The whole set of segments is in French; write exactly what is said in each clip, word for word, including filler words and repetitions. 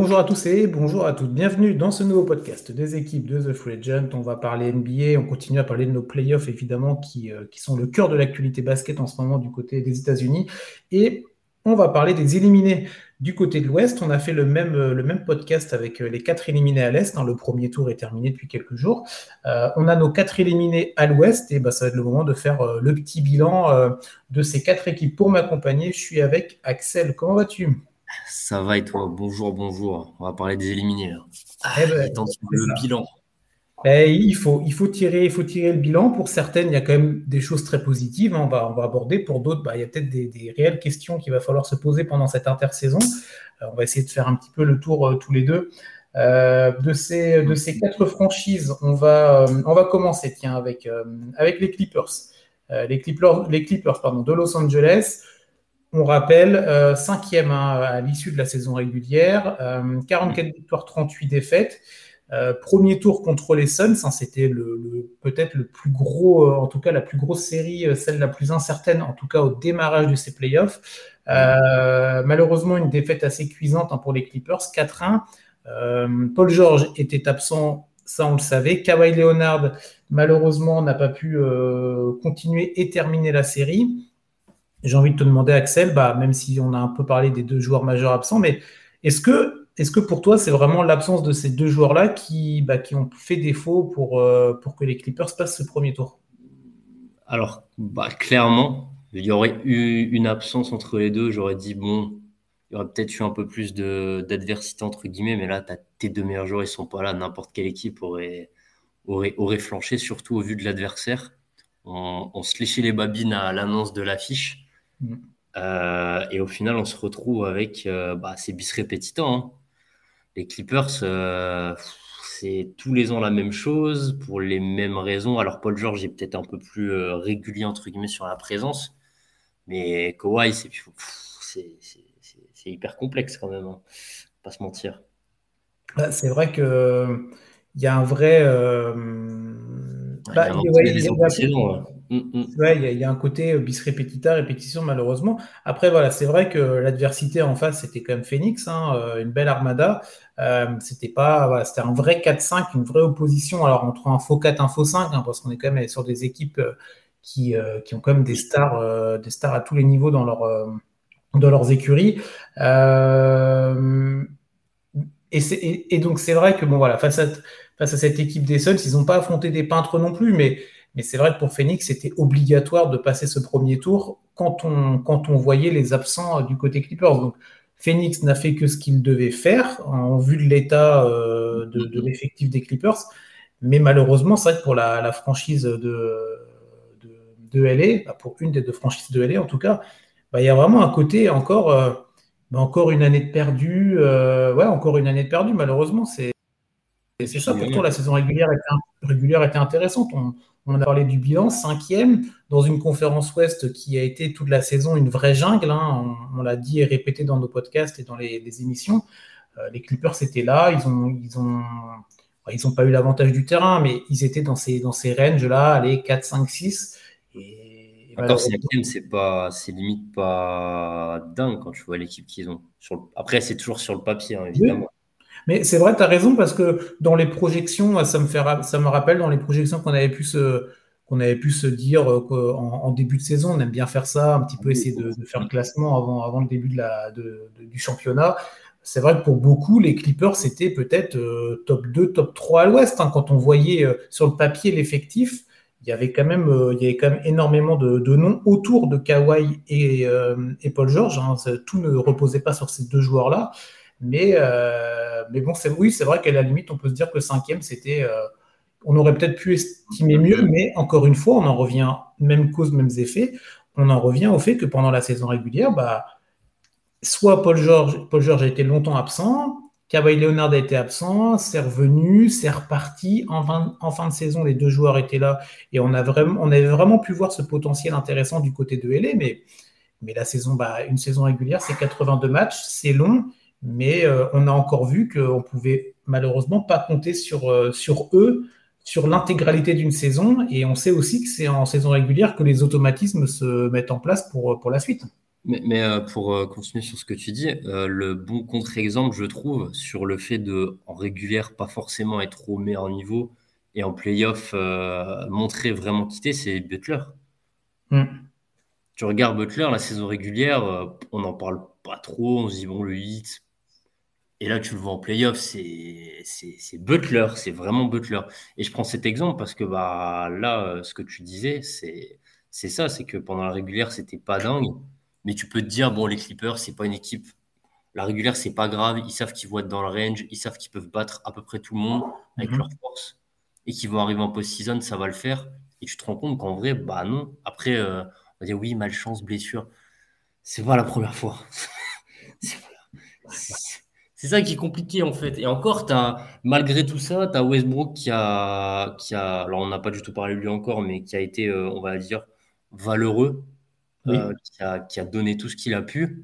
Bonjour à tous et bonjour à toutes. Bienvenue dans ce nouveau podcast des équipes de The Free Agent. On va parler N B A, on continue à parler de nos playoffs évidemment qui, euh, qui sont le cœur de l'actualité basket en ce moment du côté des États-Unis. Et on va parler des éliminés du côté de l'Ouest. On a fait le même, euh, le même podcast avec euh, les quatre éliminés à l'Est, hein. Le premier tour est terminé depuis quelques jours. Euh, on a nos quatre éliminés à l'Ouest et bah, ça va être le moment de faire euh, le petit bilan euh, de ces quatre équipes. Pour m'accompagner, je suis avec Axel. Comment vas-tu? Ça va et toi? Bonjour, bonjour. On va parler des éliminés là. Ah, Eh il est ben, temps de faire c'est le ça. bilan. Eh, il faut, il faut tirer, il faut tirer le bilan. Pour certaines, il y a quand même des choses très positives, hein, on va, on va aborder. Pour d'autres, bah, il y a peut-être des, des réelles questions qu'il va falloir se poser pendant cette intersaison. Euh, on va essayer de faire un petit peu le tour euh, tous les deux. Euh, de ces, de ces quatre franchises, on va, euh, on va commencer tiens, avec, euh, avec les Clippers. Euh, les Clippers, les Clippers pardon, de Los Angeles. On rappelle, euh, cinquième hein, à l'issue de la saison régulière, euh, quarante-quatre victoires, trente-huit défaites. Euh, premier tour contre les Suns, hein, c'était le, le- peut-être le plus gros, euh, en tout cas la plus grosse série, euh, celle la plus incertaine, en tout cas au démarrage de ces playoffs. Euh, malheureusement, une défaite assez cuisante hein, pour les Clippers, quatre un. Euh, Paul George était absent, ça on le savait. Kawhi Leonard, malheureusement, n'a pas pu euh, continuer et terminer la série. J'ai envie de te demander, Axel, bah, même si on a un peu parlé des deux joueurs majeurs absents, mais est-ce que, est-ce que pour toi, c'est vraiment l'absence de ces deux joueurs-là qui, bah, qui ont fait défaut pour, euh, pour que les Clippers passent ce premier tour? Alors, bah, clairement, il y aurait eu une absence entre les deux. J'aurais dit, bon, il y aurait peut-être eu un peu plus de d'adversité entre guillemets, mais là, t'as tes deux meilleurs joueurs, ils sont pas là. N'importe quelle équipe aurait, aurait, aurait flanché, surtout au vu de l'adversaire. On, on se léchait les babines à l'annonce de l'affiche. Mm. Euh, et au final, on se retrouve avec euh, bah, c'est bis repetita, hein. Les Clippers, euh, c'est tous les ans la même chose pour les mêmes raisons. Alors Paul George est peut-être un peu plus euh, régulier entre guillemets sur la présence, mais Kawhi, c'est pff, c'est c'est- c'est- c'est hyper complexe quand même, hein. Pas se mentir. Bah, c'est vrai que euh, il y a un vrai, euh, Il y bah, a un il y a- manque ouais, il y des a- antécédents. Ouais. Hum, hum. Ouais, il y a, il y a un côté euh, bis repetita, répétition, malheureusement. Après, voilà, c'est vrai que l'adversité en face, c'était quand même Phoenix, hein, euh, une belle armada. Euh, c'était pas, voilà, c'était un vrai quatre cinq, une vraie opposition. Alors, entre un faux quatre, un faux cinq, hein, parce qu'on est quand même sur des équipes euh, qui, euh, qui ont quand même des Oui. stars, euh, des stars à tous les niveaux dans leur, euh, dans leurs écuries. Euh, et, c'est- et- et donc, c'est vrai que bon, voilà, face à, face à cette équipe des Suns, ils n'ont pas affronté des peintres non plus, mais, mais c'est vrai que pour Phoenix, c'était obligatoire de passer ce premier tour quand on, quand on voyait les absents euh, du côté Clippers. Donc, Phoenix n'a fait que ce qu'il devait faire en vue de l'état euh, de, Hum, de hum. l'effectif des Clippers. Mais malheureusement, c'est vrai que pour la, la franchise de, de, de L A, bah, pour une des deux franchises de L A en tout cas, bah, il y a vraiment un côté encore. Euh, bah, encore une année de perdu, euh, ouais, encore une année de perdu, malheureusement, c'est Et c'est ça. puis, Pourtant, ouais. la saison régulière était, régulière était intéressante. On, on a parlé du bilan, cinquième, dans une conférence Ouest qui a été toute la saison une vraie jungle, hein. On, on l'a dit et répété dans nos podcasts et dans les, les émissions. Euh, les Clippers étaient là, ils ont, ils ont, bah, ils ont pas eu l'avantage du terrain, mais ils étaient dans ces, dans ces ranges-là, les quatre, cinq, six. Et, et Encore malheureusement, cinquième, c'est pas, c'est limite pas dingue quand tu vois l'équipe qu'ils ont. Sur le- Après, c'est toujours sur le papier, hein, oui. évidemment. Mais c'est vrai, tu as raison, parce que dans les projections, ça me fait, ra- ça me rappelle dans les projections qu'on avait pu se, qu'on avait pu se dire euh, qu'en en début de saison, on aime bien faire ça, un petit peu essayer de, de faire le classement avant, avant le début de la, de- de- du championnat. C'est vrai que pour beaucoup, les Clippers, c'était peut-être euh, top deux, top trois à l'Ouest, hein. Quand on voyait euh, sur le papier l'effectif, il y avait quand même, euh, il y avait quand même énormément de, de noms autour de Kawhi et, euh, et Paul George, hein. Ça- Tout ne reposait pas sur ces deux joueurs-là. Mais, euh, mais bon, c'est, oui, c'est vrai qu'à la limite, on peut se dire que le cinquième, c'était. Euh, on aurait peut-être pu estimer Mm, mieux, mm. mais encore une fois, on en revient, même cause, mêmes effets. On en revient au fait que pendant la saison régulière, bah, soit Paul George, Paul George a été longtemps absent, Kawhi Leonard a été absent, c'est revenu, c'est reparti. En fin, en fin de saison, les deux joueurs étaient là et on, a vraiment, on avait vraiment pu voir ce potentiel intéressant du côté de L A, mais mais la saison, bah, une saison régulière, c'est quatre-vingt-deux matchs, c'est long, mais euh, on a encore vu qu'on pouvait malheureusement pas compter sur, euh, sur eux, sur l'intégralité d'une saison. Et on sait aussi que c'est en saison régulière que les automatismes se mettent en place pour, pour la suite. Mais, mais euh, pour euh, continuer sur ce que tu dis, euh, le bon contre-exemple, je trouve, sur le fait de, en régulière, pas forcément être au meilleur niveau et en playoff, euh, montrer vraiment quitter, c'est Butler. Hmm. Tu regardes Butler, la saison régulière, euh, on n'en parle pas trop, on se dit, bon, le hit. Et là, tu le vois en playoff, c'est c'est c'est Butler, c'est vraiment Butler. Et je prends cet exemple parce que bah là, euh, ce que tu disais, c'est c'est ça, c'est que pendant la régulière, c'était pas dingue. Mais tu peux te dire, bon, les Clippers, c'est pas une équipe. La régulière, c'est pas grave. Ils savent qu'ils vont être dans le range, ils savent qu'ils peuvent battre à peu près tout le monde avec leur Mhm. force et qu'ils vont arriver en post-season, ça va le faire. Et tu te rends compte qu'en vrai, bah non. Après, euh, on va dire oui, malchance, blessure. C'est pas la première fois. C'est c'est ça qui est compliqué en fait. Et encore, t'as, malgré tout ça, tu as Westbrook qui a, qui a, alors on n'a pas du tout parlé de lui encore, mais qui a été, euh, on va dire, valeureux, euh, Oui. qui a, qui a donné tout ce qu'il a pu.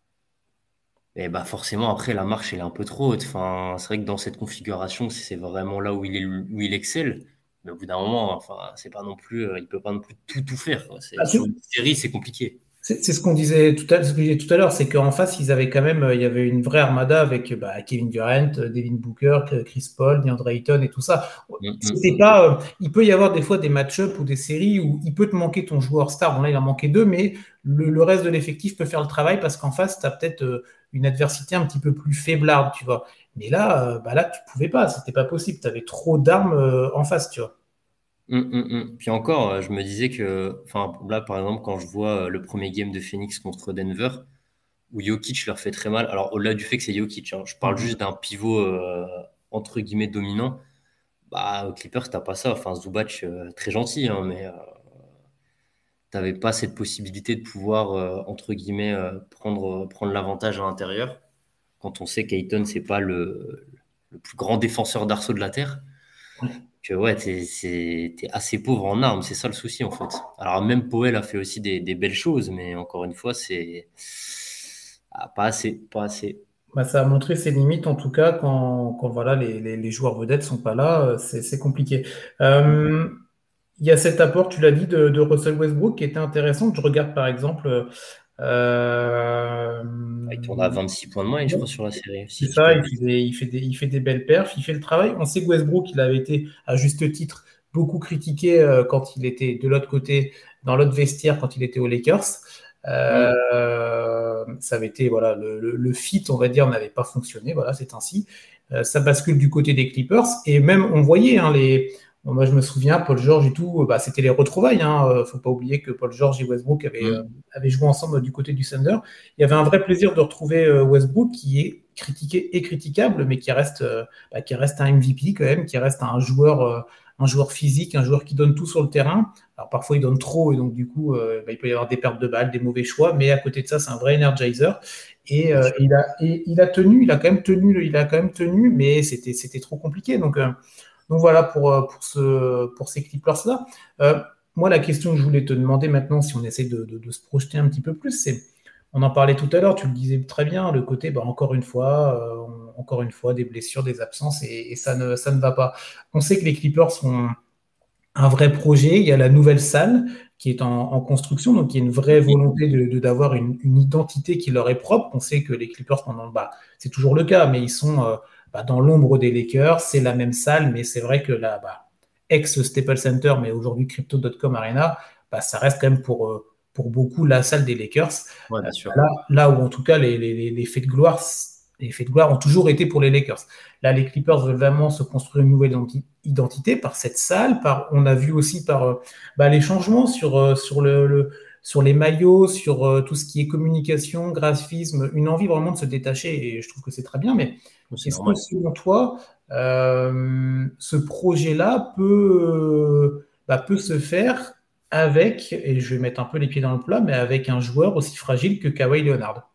Et bah forcément, après, la marche, elle est un peu trop haute. Enfin, c'est vrai que dans cette configuration, c'est vraiment là où il est, où il excelle. Mais au bout d'un moment, enfin, c'est pas non plus, euh, il peut pas non plus tout, tout faire, quoi. C'est, Ah, c'est sur une série, c'est compliqué. c'est- c'est ce qu'on disait tout à, ce que je disais tout à l'heure, c'est qu'en face, ils avaient quand même, euh, il y avait une vraie armada avec euh, bah, Kevin Durant, euh, Devin Booker, Chris Paul, DeAndre Ayton et tout ça. Hum, hum, C'était hum. pas, euh, il peut y avoir des fois des match-ups ou des séries où il peut te manquer ton joueur star. Bon, là, il en manquait deux, mais le, le reste de l'effectif peut faire le travail parce qu'en face, tu as peut-être euh, une adversité un petit peu plus faiblarde, tu vois. Mais là, euh, bah là, tu pouvais pas, c'était pas possible. Tu avais trop d'armes euh, en face, tu vois. Hum, hum, hum. Puis encore, euh, je me disais que, enfin, là, par exemple, quand je vois euh, le premier game de Phoenix contre Denver, où Jokic leur fait très mal, alors au-delà du fait que c'est Jokic, hein, je parle Mhm. juste d'un pivot euh, entre guillemets dominant, bah, aux Clippers, t'as pas ça. Enfin, Zubac, euh, très gentil, hein, mais euh, t'avais pas cette possibilité de pouvoir, euh, entre guillemets, euh, prendre, prendre l'avantage à l'intérieur, quand on sait qu'Ayton, c'est pas le, le plus grand défenseur d'arceau de la Terre. Que ouais, t'es, c'est, t'es assez pauvre en armes, c'est ça le souci en fait. Alors même Powell a fait aussi des, des belles choses, mais encore une fois, c'est ah, pas assez, pas assez. Bah, ça a montré ses limites, en tout cas, quand, quand voilà, les, les, les joueurs vedettes sont pas là, euh, c'est c'est compliqué. Euh, il y a cet apport, tu l'as dit, de, de Russell Westbrook qui était intéressant. Je regarde par exemple, euh, Il tourne à vingt-six points de moyenne, je crois, sur la série, c'est si je dis pas ça, de il fait bêtises. des, il fait des, il fait des belles perfs, il fait le travail. On sait que Westbrook, il avait été, à juste titre, beaucoup critiqué euh, quand il était de l'autre côté, dans l'autre vestiaire, quand il était aux Lakers. Hmm. Euh, ça avait été, voilà, le, le, le fit, on va dire, n'avait pas fonctionné, voilà, c'est ainsi. Euh, ça bascule du côté des Clippers, et même, on voyait, hein, les, bon, moi je me souviens, Paul George et tout, bah, c'était les retrouvailles, hein, euh, faut pas oublier que Paul George et Westbrook avaient, euh, Hmm. avaient joué ensemble du côté du Thunder. Il y avait un vrai plaisir de retrouver euh, Westbrook qui est critiqué et critiquable, mais qui reste, euh, bah, qui reste un M V P quand même, qui reste un joueur, euh, un joueur physique, un joueur qui donne tout sur le terrain. Alors parfois il donne trop et donc du coup euh, bah, il peut y avoir des pertes de balles, des mauvais choix, mais à côté de ça c'est un vrai energizer. Et, C'est euh, sûr. il a, et il a tenu, il a quand même tenu, il a quand même tenu, mais c'était c'était trop compliqué. Donc euh, donc voilà pour euh, pour ce pour ces Clippers là. Euh, moi la question que je voulais te demander maintenant, si on essaie de, de, de se projeter un petit peu plus, c'est on en parlait tout à l'heure, tu le disais très bien, le côté, bah, encore une fois, euh, on- encore une fois, des blessures, des absences, et, et ça ne, ça ne va pas. On sait que les Clippers sont un vrai projet. Il y a la nouvelle salle qui est en, en construction, donc il y a une vraie volonté de, de- d'avoir une, une identité qui leur est propre. On sait que les Clippers, pendant, bah, c'est toujours le cas, mais ils sont euh, bah, dans l'ombre des Lakers. C'est la même salle, mais c'est vrai que la bah, ex-Staples Center, mais aujourd'hui Crypto point com Arena, bah, ça reste quand même pour, euh, pour beaucoup la salle des Lakers. Ouais, Euh, bien sûr. là, là où en tout cas les, les, les faits de gloire, les faits de gloire ont toujours été pour les Lakers. Là, les Clippers veulent vraiment se construire une nouvelle identité par cette salle. Par, on a vu aussi par euh, bah, les changements sur, euh, sur, le, le, sur les maillots, sur euh, tout ce qui est communication, graphisme, une envie vraiment de se détacher. Et je trouve que c'est très bien. Mais C'est est-ce que normal. selon toi, euh, ce projet-là peut, bah, peut se faire avec, et je vais mettre un peu les pieds dans le plat, mais avec un joueur aussi fragile que Kawhi Leonard?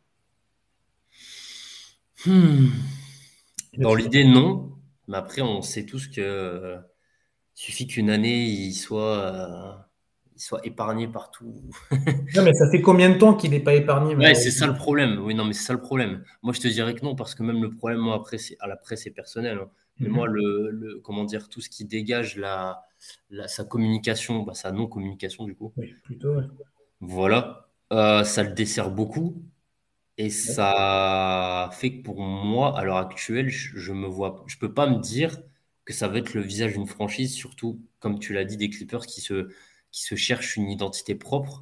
Hmm. Je Dans sais. l'idée, non. Mais après, on sait tous que euh, suffit qu'une année il soit, euh, il soit épargné partout. Non, mais ça fait combien de temps qu'il n'est pas épargné, Ouais, c'est ça le malheureusement? problème. Oui, non, mais c'est ça le problème. Moi, je te dirais que non, parce que même le problème, moi, après, c'est à la presse, c'est personnel, hein. Mais moi, Mhm. le, le- comment dire, tout ce qui dégage la, la- sa communication, bah, sa non-communication, du coup. Oui, plutôt, ouais. Voilà. Euh, ça le dessert beaucoup et ça fait que pour moi, à l'heure actuelle, je, je me vois, je peux pas me dire que ça va être le visage d'une franchise, surtout comme tu l'as dit, des Clippers qui se qui se cherchent une identité propre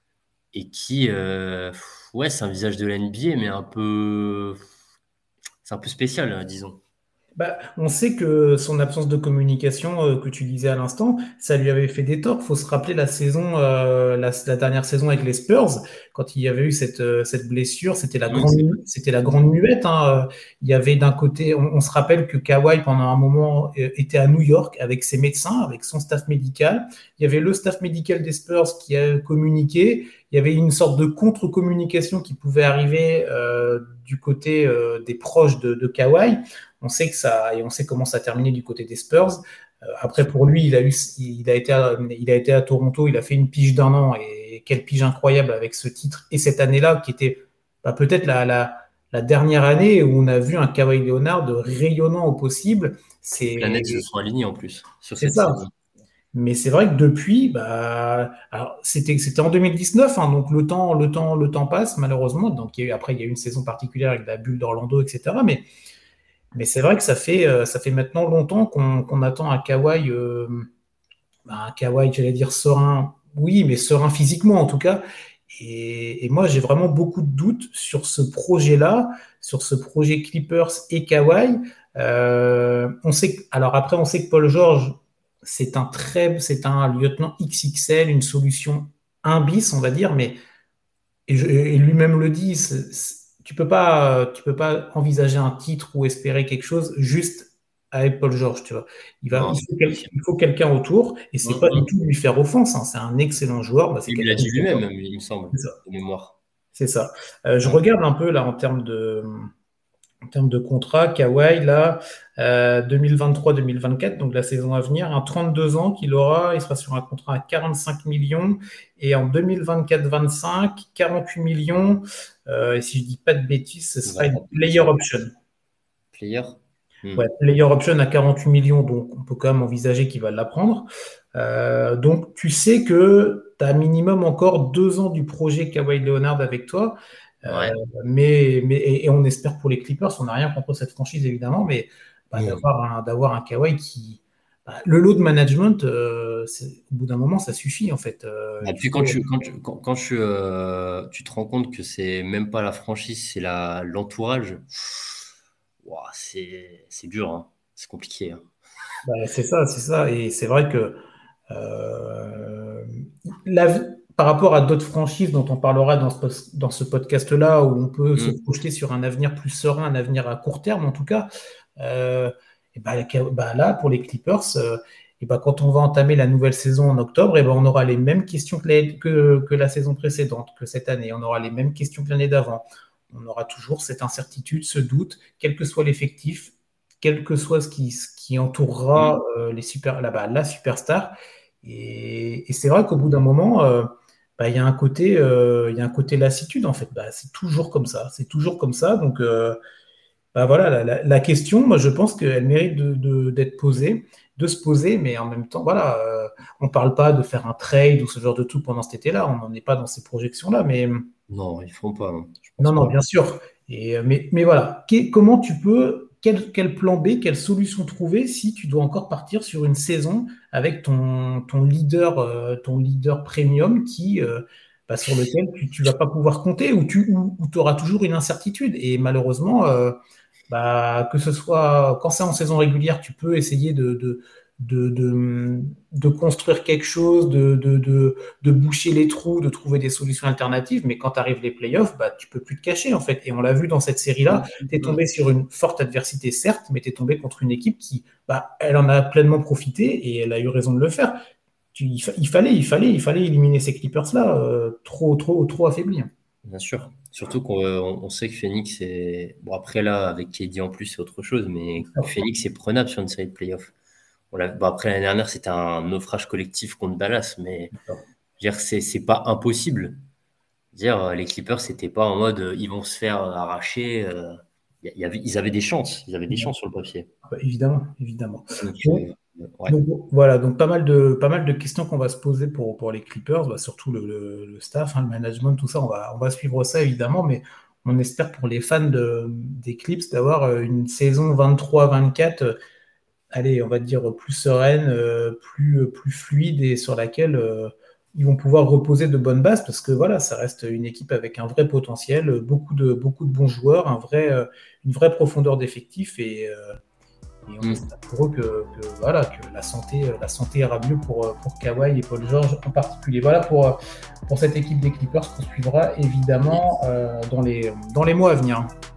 et qui, euh, ouais, c'est un visage de la N B A, mais un peu, c'est un peu spécial, hein, disons. Bah, on sait que son absence de communication, euh, que tu disais à l'instant, ça lui avait fait des torts. Faut se rappeler la saison, euh, la, la dernière saison avec les Spurs, quand il y avait eu cette, euh, cette blessure, c'était la Hum, grande, c'est c'était la grande muette, hein. Euh, Il y avait d'un côté, on, on se rappelle que Kawhi pendant un moment euh, était à New York avec ses médecins, avec son staff médical. Il y avait le staff médical des Spurs qui a communiqué. Il y avait une sorte de contre-communication qui pouvait arriver euh, du côté euh, des proches de, de Kawhi. On sait que ça, et on sait comment ça a terminé du côté des Spurs. Euh, après, pour lui, il a, eu, il, a été à, il a été à Toronto, il a fait une pige d'un an, et quelle pige incroyable avec ce titre. Et cette année-là, qui était bah, peut-être la, la, la, dernière année où on a vu un Kawhi Leonard rayonnant au possible. Les C'est planètes se sont alignées en plus sur c'est cette ça. saison. Mais c'est vrai que depuis, bah, alors c'était c'était en deux mille dix-neuf, hein, donc le temps le temps le temps passe malheureusement. Donc il y a eu, après il y a eu une saison particulière avec la bulle d'Orlando, et cetera. Mais mais c'est vrai que ça fait, euh, ça fait maintenant longtemps qu'on qu'on attend un Kawhi, euh, bah, un Kawhi, j'allais dire serein, oui, mais serein physiquement en tout cas. Et, et moi, j'ai vraiment beaucoup de doutes sur ce projet-là, sur ce projet Clippers et Kawhi. Euh, on sait que- alors après, on sait que Paul George, c'est un très, c'est un lieutenant X X L, une solution un bis, on va dire, mais et, je- et lui-même le dit, c'est- c'est- tu peux pas, tu peux pas envisager un titre ou espérer quelque chose juste avec Paul George, tu vois. Il va, Non, il c'est faut, pas quel- possible. il faut quelqu'un autour, et c'est Hum, pas du hum. tout lui faire offense, hein. C'est un excellent joueur, bah, c'est Il l'a quelqu'un dit de lui-même, confiant. même, il me semble, C'est ça. de mémoire. C'est ça. Euh, je Ouais. regarde un peu là en termes de, en termes de contrat, Kawhi, là, euh, deux mille vingt-trois deux mille vingt-quatre, donc la saison à venir, un trente-deux ans qu'il aura, il sera sur un contrat à quarante-cinq millions, et en deux mille vingt-quatre vingt-cinq, quarante-huit millions, euh, et si je dis pas de bêtises, ce Il va sera une taper player ça. option. Player. Hmm. Ouais, player option à quarante-huit millions, donc on peut quand même envisager qu'il va la prendre. Euh, donc tu sais que tu as minimum encore deux ans du projet Kawhi Leonard avec toi. Euh, Ouais. mais, mais et, et on espère pour les Clippers, on n'a rien contre cette franchise évidemment, mais bah, Hmm. d'avoir un, d'avoir un Kawhi qui. Bah, le lot de management, euh, c'est- au bout d'un moment, ça suffit en fait. Euh, Et il puis quand faut. tu, quand tu, quand, quand tu, euh, tu te rends compte que c'est même pas la franchise, c'est la, l'entourage, ouah, c'est, c'est dur, hein. C'est compliqué, hein. Bah, c'est ça, c'est ça. Et c'est vrai que euh, la- par rapport à d'autres franchises dont on parlera dans ce, dans ce podcast-là, où on peut se Hmm. projeter sur un avenir plus serein, un avenir à court terme en tout cas, euh, et bah, bah là, pour les Clippers, euh, et bah, quand on va entamer la nouvelle saison en octobre, et bah, on aura les mêmes questions que, la- que, que la saison précédente, que cette année. On aura les mêmes questions que l'année d'avant. On aura toujours cette incertitude, ce doute, quel que soit l'effectif, quel que soit ce qui, ce qui entourera Hmm. euh, les super, là, bah, la superstar. Et, et c'est vrai qu'au bout d'un moment, euh, bah, il y a un côté, euh, il y a un côté lassitude en fait. Bah, c'est toujours comme ça, c'est toujours comme ça. Donc euh, bah, voilà, la, la- la question, moi je pense qu'elle mérite de, de- d'être posée, de se poser, mais en même temps, voilà, euh, on ne parle pas de faire un trade ou ce genre de tout pendant cet été-là. On n'en est pas dans ces projections-là, mais Non, ils feront pas, non. Je non, pense non, pas. bien sûr. Et, euh, mais, mais voilà, Qu'est- comment tu peux, quel, quel plan B, quelle solution trouver si tu dois encore partir sur une saison avec ton, ton leader, euh, ton leader premium qui, euh, bah, sur lequel tu ne vas pas pouvoir compter ou tu ou, auras toujours une incertitude. Et malheureusement, euh, bah, que ce soit quand c'est en saison régulière, tu peux essayer de, de, de, de, de construire quelque chose, de, de, de, de boucher les trous, de trouver des solutions alternatives, mais quand arrivent les playoffs, bah, tu peux plus te cacher en fait. Et on l'a vu dans cette série-là, Hmm. tu es Hmm. tombé sur une forte adversité, certes, mais tu es tombé contre une équipe qui, bah, elle en a pleinement profité et elle a eu raison de le faire. Tu, il, fa- il fallait, il fallait, il fallait éliminer ces Clippers-là, euh, trop, trop, trop affaiblis. Bien sûr. Surtout qu'on euh, on sait que Phoenix est. Bon, après, là, avec K D en plus, c'est autre chose, mais Phoenix est prenable sur une série de playoffs. On l'a- bon, après, l'année dernière, c'était un naufrage collectif contre Dallas, mais je veux dire, c'est c'est pas impossible. Dire, euh, les Clippers, c'était pas en mode euh, ils vont se faire euh, arracher. euh, il y avait, ils avaient des chances. Ils avaient des chances sur le papier. Bah, évidemment, évidemment. Donc, Bon, euh, Ouais. Donc voilà, donc pas mal de, pas mal de questions qu'on va se poser pour, pour les Clippers, bah, surtout le, le- le staff, hein, le management, tout ça, on va, on va suivre ça évidemment, mais on espère pour les fans de- des Clips d'avoir euh, une saison vingt-trois vingt-quatre, euh, allez, on va dire plus sereine, euh, plus, plus fluide et sur laquelle euh, ils vont pouvoir reposer de bonnes bases parce que voilà, ça reste une équipe avec un vrai potentiel, euh, beaucoup de, beaucoup de bons joueurs, un vrai, euh, une vraie profondeur d'effectifs et euh, et on Mm. espère pour eux que, que, voilà, que la santé, la santé ira mieux pour, pour Kawhi et Paul George en particulier. Voilà pour, pour cette équipe des Clippers qu'on suivra évidemment euh, dans, les, dans les mois à venir.